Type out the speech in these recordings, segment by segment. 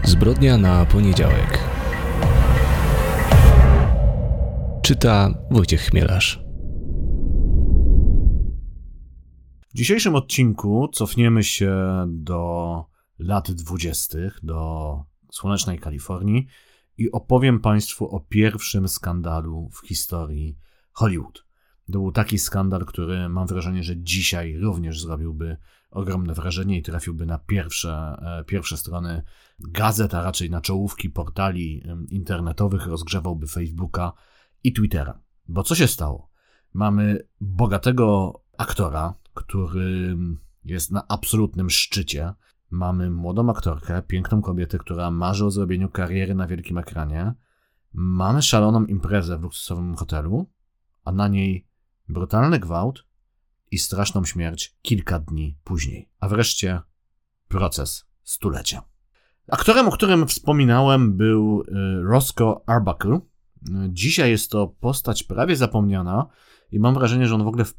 Zbrodnia na poniedziałek. Czyta Wojciech Chmielarz. W dzisiejszym odcinku cofniemy się do lat 20., do słonecznej Kalifornii i opowiem Państwu o pierwszym skandalu w historii Hollywood. To był taki skandal, który mam wrażenie, że dzisiaj również zrobiłby ogromne wrażenie i trafiłby na pierwsze strony gazet, a raczej na czołówki portali internetowych, rozgrzewałby Facebooka i Twittera. Bo co się stało? Mamy bogatego aktora, który jest na absolutnym szczycie. Mamy młodą aktorkę, piękną kobietę, która marzy o zrobieniu kariery na wielkim ekranie. Mamy szaloną imprezę w luksusowym hotelu, a na niej brutalny gwałt i straszną śmierć kilka dni później. A wreszcie proces stulecia. Aktorem, o którym wspominałem, był Roscoe Arbuckle. Dzisiaj jest to postać prawie zapomniana i mam wrażenie, że on w ogóle w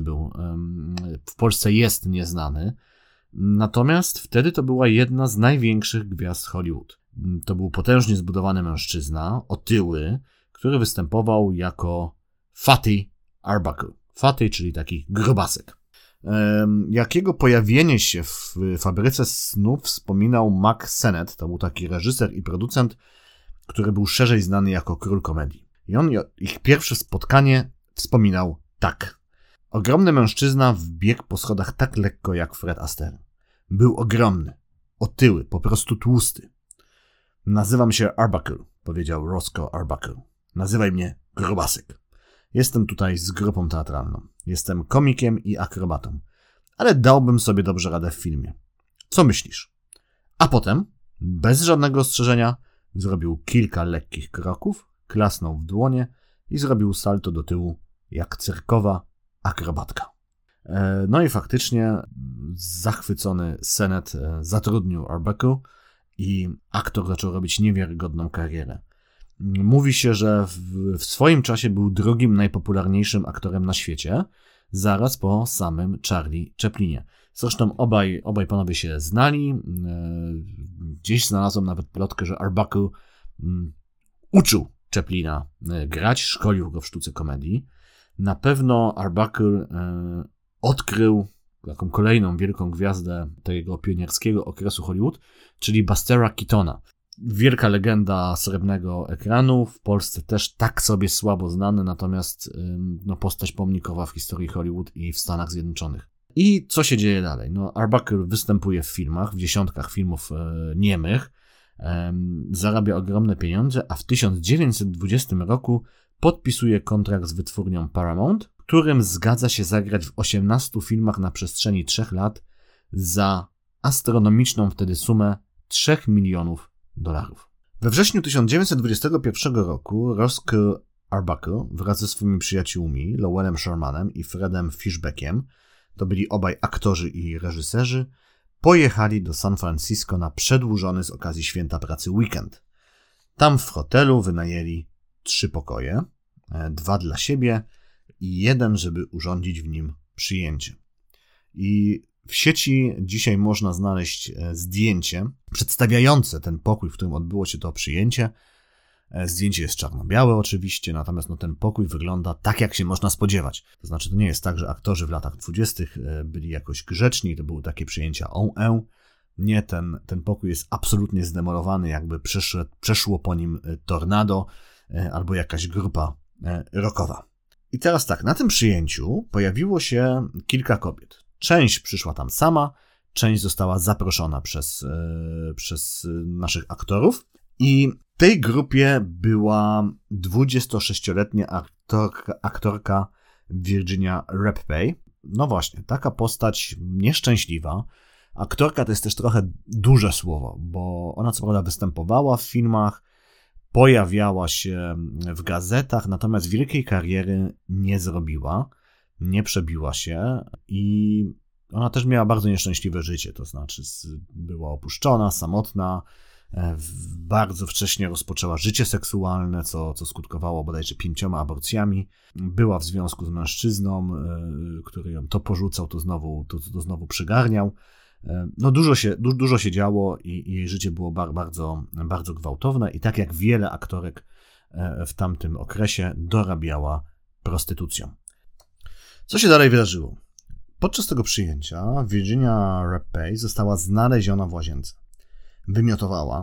Polsce jest nieznany. Natomiast wtedy to była jedna z największych gwiazd Hollywood. To był potężnie zbudowany mężczyzna, otyły, który występował jako Fatty Arbuckle. Fatty, czyli taki grubasek. Jakiego pojawienie się w Fabryce snów wspominał Mack Sennett, to był taki reżyser i producent, który był szerzej znany jako król komedii. I on ich pierwsze spotkanie wspominał tak. Ogromny mężczyzna wbiegł po schodach tak lekko jak Fred Astaire. Był ogromny, otyły, po prostu tłusty. Nazywam się Arbuckle, powiedział Roscoe Arbuckle. Nazywaj mnie grubasek. Jestem tutaj z grupą teatralną. Jestem komikiem i akrobatą. Ale dałbym sobie dobrze radę w filmie. Co myślisz? A potem, bez żadnego ostrzeżenia, zrobił kilka lekkich kroków, klasnął w dłonie i zrobił salto do tyłu jak cyrkowa akrobatka. No i faktycznie zachwycony Sennett zatrudnił Arbuckle i aktor zaczął robić niewiarygodną karierę. Mówi się, że w swoim czasie był drugim najpopularniejszym aktorem na świecie, zaraz po samym Charlie Chaplinie. Zresztą obaj panowie się znali. Gdzieś znalazłem nawet plotkę, że Arbuckle uczył Chaplina grać, szkolił go w sztuce komedii. Na pewno Arbuckle odkrył taką kolejną wielką gwiazdę tego pionierskiego okresu Hollywood, czyli Bustera Keatona. Wielka legenda srebrnego ekranu, w Polsce też tak sobie słabo znany, natomiast postać pomnikowa w historii Hollywood i w Stanach Zjednoczonych. I co się dzieje dalej? Arbuckle występuje w filmach, w dziesiątkach filmów niemych, zarabia ogromne pieniądze, a w 1920 roku podpisuje kontrakt z wytwórnią Paramount, którym zgadza się zagrać w 18 filmach na przestrzeni 3 lat za astronomiczną wtedy sumę $3 milionów. We wrześniu 1921 roku Roscoe Arbuckle wraz ze swoimi przyjaciółmi Lowellem Shermanem i Fredem Fishbackiem, to byli obaj aktorzy i reżyserzy, pojechali do San Francisco na przedłużony z okazji Święta Pracy weekend. Tam w hotelu wynajęli 3 pokoje, 2 dla siebie i 1, żeby urządzić w nim przyjęcie. I w sieci dzisiaj można znaleźć zdjęcie przedstawiające ten pokój, w którym odbyło się to przyjęcie. Zdjęcie jest czarno-białe oczywiście, natomiast ten pokój wygląda tak, jak się można spodziewać. To znaczy, to nie jest tak, że aktorzy w latach 20. byli jakoś grzeczni, to były takie przyjęcia Nie, ten pokój jest absolutnie zdemolowany, jakby przeszło po nim tornado albo jakaś grupa rockowa. I teraz tak, na tym przyjęciu pojawiło się kilka kobiet. Część przyszła tam sama, część została zaproszona przez naszych aktorów i w tej grupie była 26-letnia aktorka Virginia Rapaport. No właśnie, taka postać nieszczęśliwa. Aktorka to jest też trochę duże słowo, bo ona co prawda występowała w filmach, pojawiała się w gazetach, natomiast wielkiej kariery nie zrobiła, nie przebiła się i ona też miała bardzo nieszczęśliwe życie, to znaczy była opuszczona, samotna, bardzo wcześnie rozpoczęła życie seksualne, co skutkowało bodajże 5 aborcjami. Była w związku z mężczyzną, który ją to porzucał, to znowu przygarniał. No dużo się działo i jej życie było bardzo, bardzo gwałtowne i tak jak wiele aktorek w tamtym okresie dorabiała prostytucją. Co się dalej wydarzyło? Podczas tego przyjęcia Virginia Rapay została znaleziona w łazience. Wymiotowała.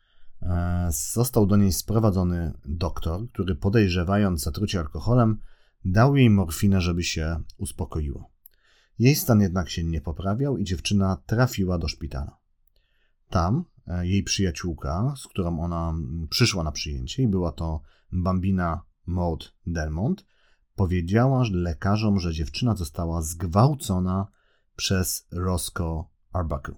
Został do niej sprowadzony doktor, który podejrzewając zatrucie alkoholem, dał jej morfinę, żeby się uspokoiło. Jej stan jednak się nie poprawiał i dziewczyna trafiła do szpitala. Tam jej przyjaciółka, z którą ona przyszła na przyjęcie, i była to Bambina Maud Dermont, powiedziała lekarzom, że dziewczyna została zgwałcona przez Roscoe Arbuckle.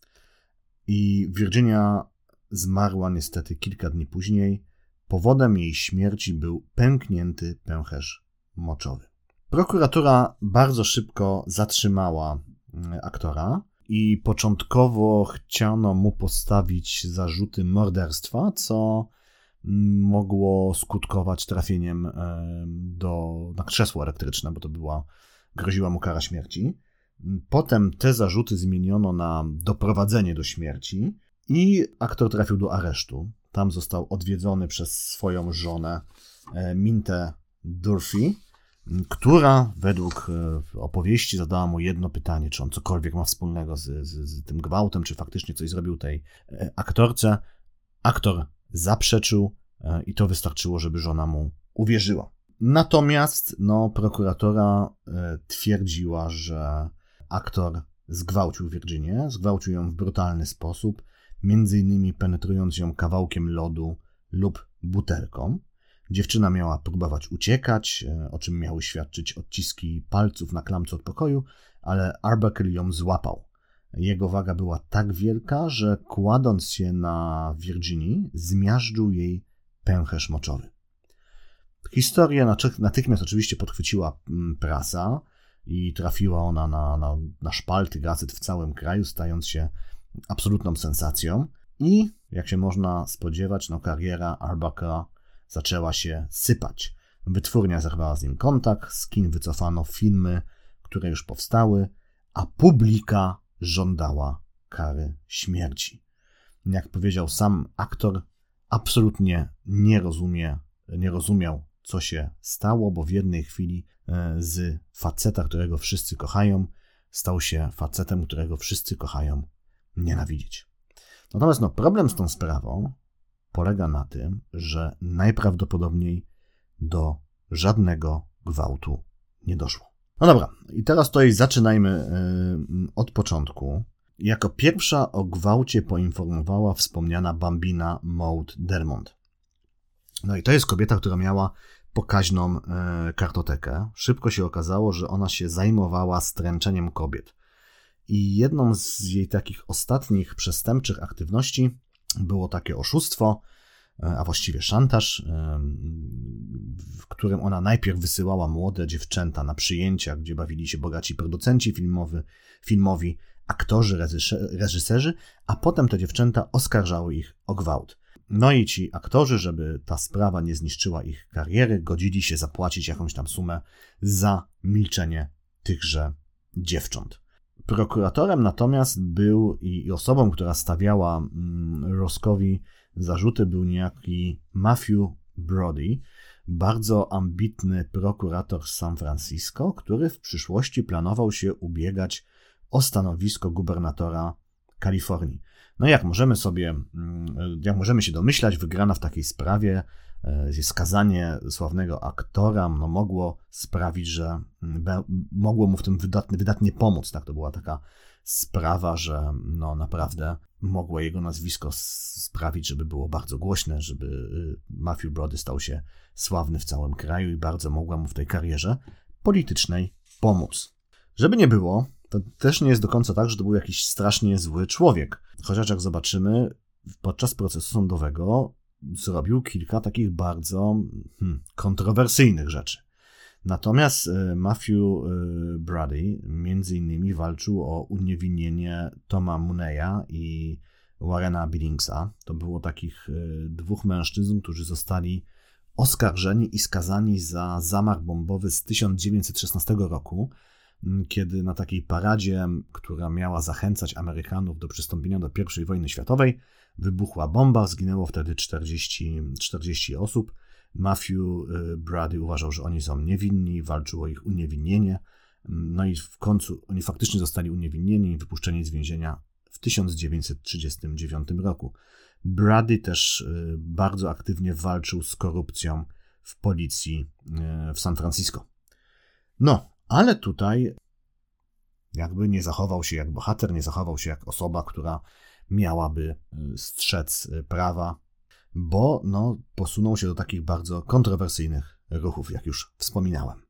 I Virginia zmarła niestety kilka dni później. Powodem jej śmierci był pęknięty pęcherz moczowy. Prokuratura bardzo szybko zatrzymała aktora i początkowo chciano mu postawić zarzuty morderstwa, co mogło skutkować trafieniem na krzesło elektryczne, bo groziła mu kara śmierci. Potem te zarzuty zmieniono na doprowadzenie do śmierci i aktor trafił do aresztu. Tam został odwiedzony przez swoją żonę Mintę Durfee, która według opowieści zadała mu jedno pytanie, czy on cokolwiek ma wspólnego z tym gwałtem, czy faktycznie coś zrobił tej aktorce. Aktor zaprzeczył i to wystarczyło, żeby żona mu uwierzyła. Natomiast prokuratora twierdziła, że aktor zgwałcił Virginię, zgwałcił ją w brutalny sposób, między innymi penetrując ją kawałkiem lodu lub butelką. Dziewczyna miała próbować uciekać, o czym miały świadczyć odciski palców na klamce od pokoju, ale Arbuckle ją złapał. Jego waga była tak wielka, że kładąc się na Virginii, zmiażdżył jej pęcherz moczowy. Historię natychmiast oczywiście podchwyciła prasa i trafiła ona na szpalty gazet w całym kraju, stając się absolutną sensacją. I, jak się można spodziewać, kariera Arbuckle'a zaczęła się sypać. Wytwórnia zerwała z nim kontakt, z kin wycofano filmy, które już powstały, a publika żądała kary śmierci. Jak powiedział sam aktor, absolutnie nie rozumiał, co się stało, bo w jednej chwili z faceta, którego wszyscy kochają, stał się facetem, którego wszyscy kochają nienawidzieć. Natomiast problem z tą sprawą polega na tym, że najprawdopodobniej do żadnego gwałtu nie doszło. No dobra, i teraz tutaj zaczynajmy od początku. Jako pierwsza o gwałcie poinformowała wspomniana Bambina Maud Dermont. No i to jest kobieta, która miała pokaźną kartotekę. Szybko się okazało, że ona się zajmowała stręczeniem kobiet. I jedną z jej takich ostatnich przestępczych aktywności było takie oszustwo, a właściwie szantaż, w którym ona najpierw wysyłała młode dziewczęta na przyjęcia, gdzie bawili się bogaci producenci filmowi, aktorzy, reżyserzy, a potem te dziewczęta oskarżały ich o gwałt. No i ci aktorzy, żeby ta sprawa nie zniszczyła ich kariery, godzili się zapłacić jakąś tam sumę za milczenie tychże dziewcząt. Prokuratorem natomiast był i osobą, która stawiała Roscoe'owi zarzuty, był niejaki Matthew Brody, bardzo ambitny prokurator z San Francisco, który w przyszłości planował się ubiegać o stanowisko gubernatora Kalifornii. No jak możemy się domyślać, wygrana w takiej sprawie, skazanie sławnego aktora mogło sprawić, że mogło mu w tym wydatnie pomóc. Tak, to była taka sprawa, że naprawdę mogło jego nazwisko sprawić, żeby było bardzo głośne, żeby Matthew Brody stał się sławny w całym kraju i bardzo mogła mu w tej karierze politycznej pomóc. Żeby nie było, to też nie jest do końca tak, że to był jakiś strasznie zły człowiek. Chociaż jak zobaczymy, podczas procesu sądowego zrobił kilka takich bardzo kontrowersyjnych rzeczy. Natomiast Matthew Brody między innymi walczył o uniewinnienie Toma Mooney'a i Warrena Billingsa. To było takich dwóch mężczyzn, którzy zostali oskarżeni i skazani za zamach bombowy z 1916 roku. kiedy na takiej paradzie, która miała zachęcać Amerykanów do przystąpienia do I wojny światowej, wybuchła bomba, zginęło wtedy 40 osób. Matthew Brady uważał, że oni są niewinni, walczył o ich uniewinnienie. No i w końcu oni faktycznie zostali uniewinnieni i wypuszczeni z więzienia w 1939 roku. Brady też bardzo aktywnie walczył z korupcją w policji w San Francisco. No, ale tutaj jakby nie zachował się jak bohater, nie zachował się jak osoba, która miałaby strzec prawa, bo posunął się do takich bardzo kontrowersyjnych ruchów, jak już wspominałem.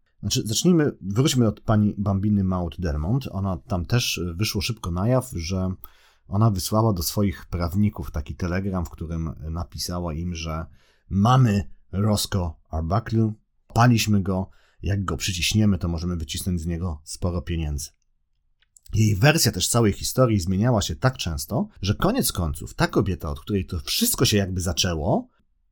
Wróćmy od pani Bambiny Maud Dermont. Ona tam też wyszło szybko na jaw, że ona wysłała do swoich prawników taki telegram, w którym napisała im, że mamy Roscoe Arbuckle, paliśmy go, jak go przyciśniemy, to możemy wycisnąć z niego sporo pieniędzy. Jej wersja też całej historii zmieniała się tak często, że koniec końców ta kobieta, od której to wszystko się jakby zaczęło,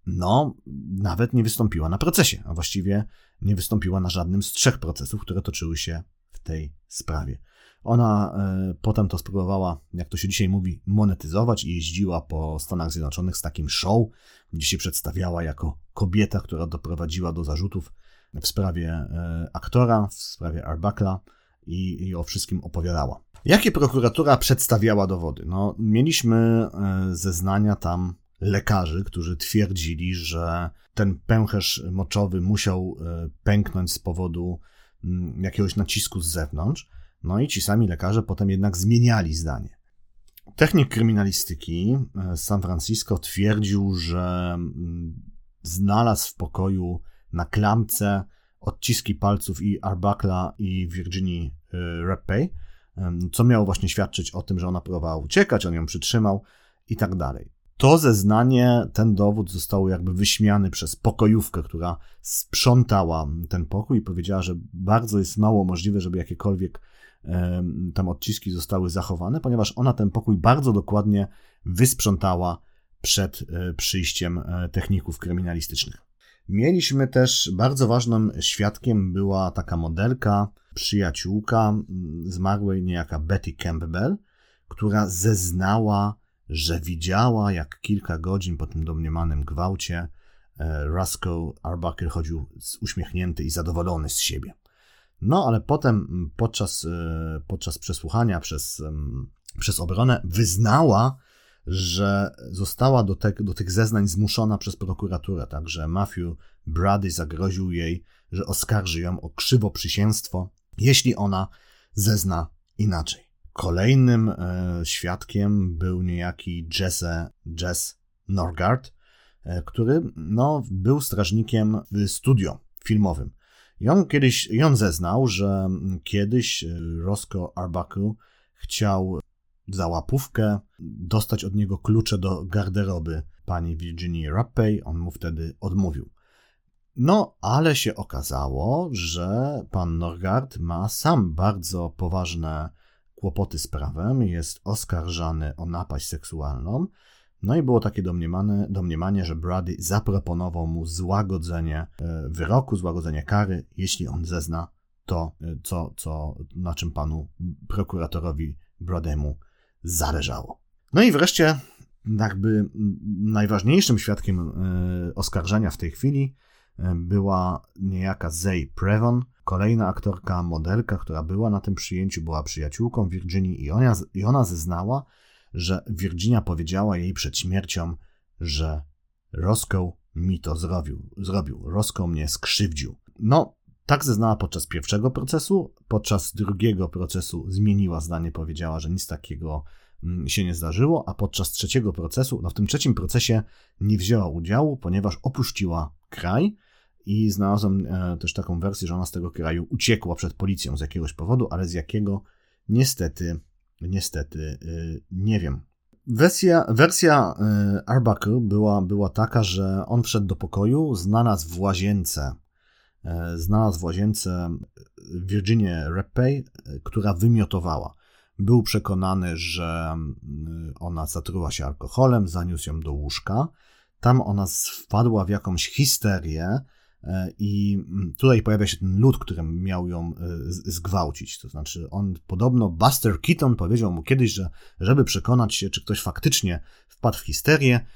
nawet nie wystąpiła na procesie, a właściwie nie wystąpiła na żadnym z 3 procesów, które toczyły się w tej sprawie. Ona potem to spróbowała, jak to się dzisiaj mówi, monetyzować i jeździła po Stanach Zjednoczonych z takim show, gdzie się przedstawiała jako kobieta, która doprowadziła do zarzutów w sprawie aktora, w sprawie Arbuckla i o wszystkim opowiadała. Jakie prokuratura przedstawiała dowody? Mieliśmy zeznania tam lekarzy, którzy twierdzili, że ten pęcherz moczowy musiał pęknąć z powodu jakiegoś nacisku z zewnątrz. No i ci sami lekarze potem jednak zmieniali zdanie. Technik kryminalistyki z San Francisco twierdził, że znalazł w pokoju na klamce odciski palców i Arbuckla i Virginia Rappe, co miało właśnie świadczyć o tym, że ona próbowała uciekać, on ją przytrzymał i tak dalej. To zeznanie, ten dowód został jakby wyśmiany przez pokojówkę, która sprzątała ten pokój i powiedziała, że bardzo jest mało możliwe, żeby jakiekolwiek tam odciski zostały zachowane, ponieważ ona ten pokój bardzo dokładnie wysprzątała przed przyjściem techników kryminalistycznych. Mieliśmy też bardzo ważnym świadkiem, była taka modelka, przyjaciółka zmarłej, niejaka Betty Campbell, która zeznała, że widziała, jak kilka godzin po tym domniemanym gwałcie Roscoe Arbuckle chodził uśmiechnięty i zadowolony z siebie. Ale potem podczas przesłuchania przez obronę wyznała, że została do tych zeznań zmuszona przez prokuraturę, także Matthew Brady zagroził jej, że oskarży ją o krzywoprzysięstwo, jeśli ona zezna inaczej. Kolejnym świadkiem był niejaki Jess Norgaard, który był strażnikiem w studio filmowym. I on zeznał, że kiedyś Roscoe Arbuckle chciał za łapówkę dostać od niego klucze do garderoby pani Virginia Rappe. On mu wtedy odmówił. Ale się okazało, że pan Norgaard ma sam bardzo poważne kłopoty z prawem, jest oskarżany o napaść seksualną. I było takie domniemanie, że Brady zaproponował mu złagodzenie wyroku, złagodzenie kary, jeśli on zezna to, na czym panu prokuratorowi Bradymu zależało. I wreszcie jakby najważniejszym świadkiem oskarżenia w tej chwili była niejaka Zay Prevon, kolejna aktorka, modelka, która była na tym przyjęciu, była przyjaciółką Virginii i ona zeznała, że Virginia powiedziała jej przed śmiercią, że Roscoe mi to zrobił. Roscoe mnie skrzywdził. Tak zeznała podczas pierwszego procesu. Podczas drugiego procesu zmieniła zdanie, powiedziała, że nic takiego się nie zdarzyło, a podczas trzeciego procesu, w tym trzecim procesie nie wzięła udziału, ponieważ opuściła kraj i znalazłem też taką wersję, że ona z tego kraju uciekła przed policją z jakiegoś powodu, ale z jakiego niestety nie wiem. Wersja Arbuckle była taka, że on wszedł do pokoju, znalazł w łazience Virginię Rappe, która wymiotowała. Był przekonany, że ona zatruła się alkoholem, zaniósł ją do łóżka. Tam ona wpadła w jakąś histerię, I tutaj pojawia się ten lud, który miał ją zgwałcić. To znaczy podobno Buster Keaton powiedział mu kiedyś, że żeby przekonać się, czy ktoś faktycznie wpadł w histerię,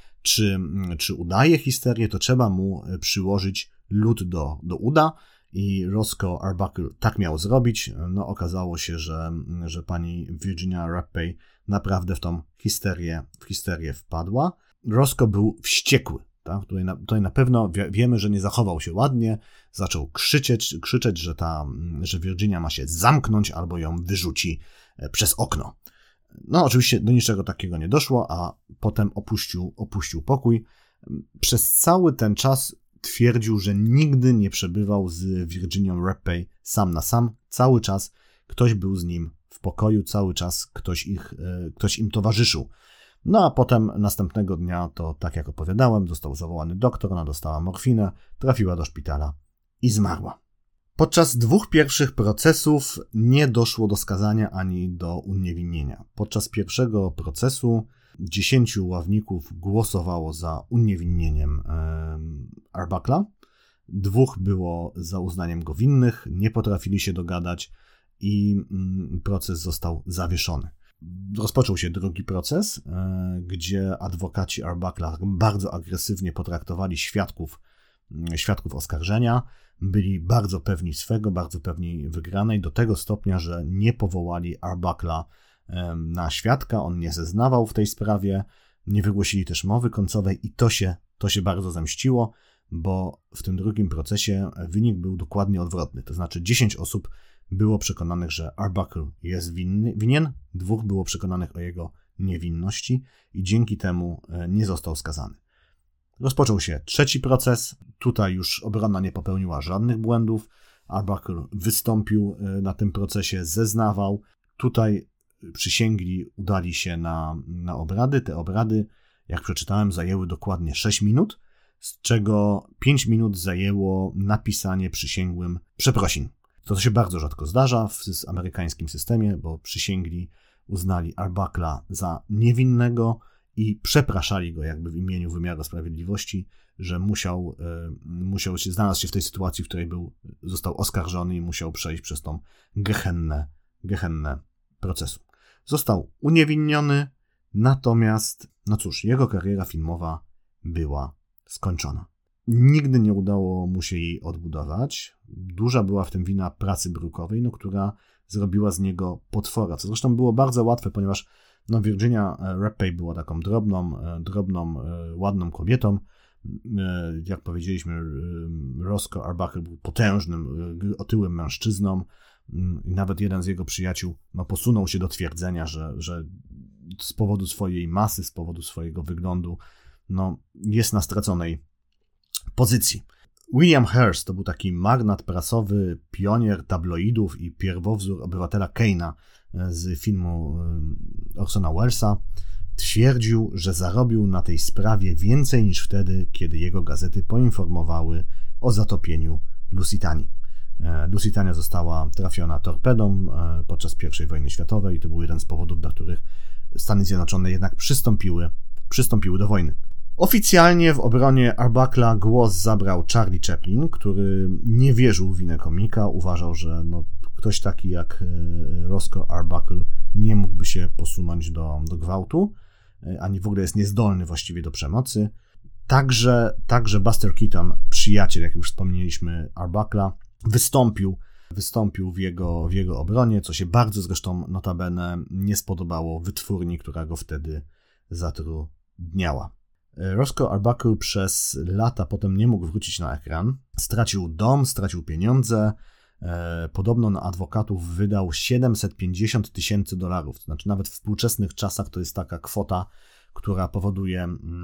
czy udaje histerię, to trzeba mu przyłożyć lód do uda i Roscoe Arbuckle tak miał zrobić. No okazało się, że pani Virginia Rappe naprawdę w tą histerię wpadła. Roscoe był wściekły. Tak? Tutaj na pewno wiemy, że nie zachował się ładnie, zaczął krzyczeć, że Virginia ma się zamknąć albo ją wyrzuci przez okno. No oczywiście do niczego takiego nie doszło, a potem opuścił pokój. Przez cały ten czas twierdził, że nigdy nie przebywał z Virginią Rappe sam na sam. Cały czas ktoś był z nim w pokoju, cały czas ktoś im towarzyszył. No a potem następnego dnia, to tak jak opowiadałem, został zawołany doktor, ona dostała morfinę, trafiła do szpitala i zmarła. Podczas 2 pierwszych procesów nie doszło do skazania ani do uniewinnienia. Podczas pierwszego procesu 10 ławników głosowało za uniewinnieniem Arbuckla, 2 było za uznaniem go winnych, nie potrafili się dogadać i proces został zawieszony. Rozpoczął się drugi proces, gdzie adwokaci Arbuckla bardzo agresywnie potraktowali świadków oskarżenia, byli bardzo pewni swego, bardzo pewni wygranej, do tego stopnia, że nie powołali Arbuckla na świadka, on nie zeznawał w tej sprawie, nie wygłosili też mowy końcowej i to się bardzo zemściło, bo w tym drugim procesie wynik był dokładnie odwrotny, to znaczy 10 osób było przekonanych, że Arbuckle jest winien, 2 było przekonanych o jego niewinności i dzięki temu nie został skazany. Rozpoczął się trzeci proces, tutaj już obrona nie popełniła żadnych błędów, Arbuckle wystąpił na tym procesie, zeznawał, tutaj przysięgli udali się na obrady, te obrady, jak przeczytałem, zajęły dokładnie 6 minut, z czego 5 minut zajęło napisanie przysięgłym przeprosin. To się bardzo rzadko zdarza w amerykańskim systemie, bo przysięgli uznali Arbuckla za niewinnego i przepraszali go jakby w imieniu wymiaru sprawiedliwości, że znalazł się w tej sytuacji, w której został oskarżony i musiał przejść przez tą gehennę procesu. Został uniewinniony, natomiast, no cóż, jego kariera filmowa była skończona. Nigdy nie udało mu się jej odbudować. Duża była w tym wina pracy brukowej, która zrobiła z niego potwora, co zresztą było bardzo łatwe, ponieważ Virginia Rappe była taką drobną, ładną kobietą. Jak powiedzieliśmy, Roscoe Arbuckle był potężnym, otyłym mężczyzną i nawet jeden z jego przyjaciół posunął się do twierdzenia, że z powodu swojej masy, z powodu swojego wyglądu jest na straconej pozycji. William Hearst to był taki magnat prasowy, pionier tabloidów i pierwowzór obywatela Kane'a z filmu Orsona Wellesa. Twierdził, że zarobił na tej sprawie więcej niż wtedy, kiedy jego gazety poinformowały o zatopieniu Lusitanii. Lusitania została trafiona torpedą podczas I wojny światowej i to był jeden z powodów, dla których Stany Zjednoczone jednak przystąpiły do wojny. Oficjalnie w obronie Arbuckla głos zabrał Charlie Chaplin, który nie wierzył w winę komika, uważał, że ktoś taki jak Roscoe Arbuckle nie mógłby się posunąć do gwałtu, ani w ogóle jest niezdolny właściwie do przemocy. Także Buster Keaton, przyjaciel, jak już wspomnieliśmy, Arbuckla, wystąpił w jego obronie, co się bardzo zresztą notabene nie spodobało wytwórni, która go wtedy zatrudniała. Roscoe Arbuckle przez lata potem nie mógł wrócić na ekran. Stracił dom, stracił pieniądze. Podobno na adwokatów wydał $750,000. To znaczy nawet w współczesnych czasach to jest taka kwota, która powoduje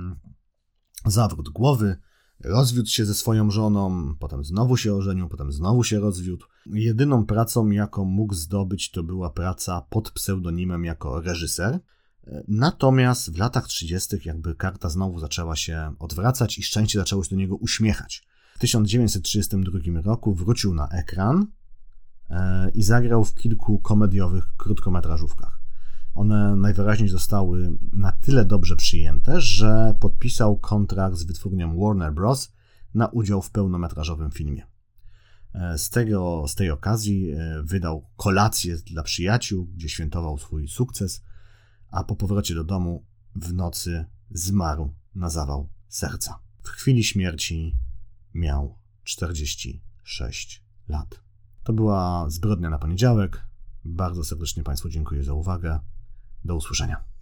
zawrót głowy. Rozwiódł się ze swoją żoną, potem znowu się ożenił, potem znowu się rozwiódł. Jedyną pracą, jaką mógł zdobyć, to była praca pod pseudonimem jako reżyser. Natomiast w latach 30. jakby karta znowu zaczęła się odwracać i szczęście zaczęło się do niego uśmiechać. W 1932 roku wrócił na ekran i zagrał w kilku komediowych krótkometrażówkach. One najwyraźniej zostały na tyle dobrze przyjęte, że podpisał kontrakt z wytwórnią Warner Bros. na udział w pełnometrażowym filmie. Z tej okazji wydał kolację dla przyjaciół, gdzie świętował swój sukces, a po powrocie do domu w nocy zmarł na zawał serca. W chwili śmierci miał 46 lat. To była Zbrodnia na poniedziałek. Bardzo serdecznie Państwu dziękuję za uwagę. Do usłyszenia.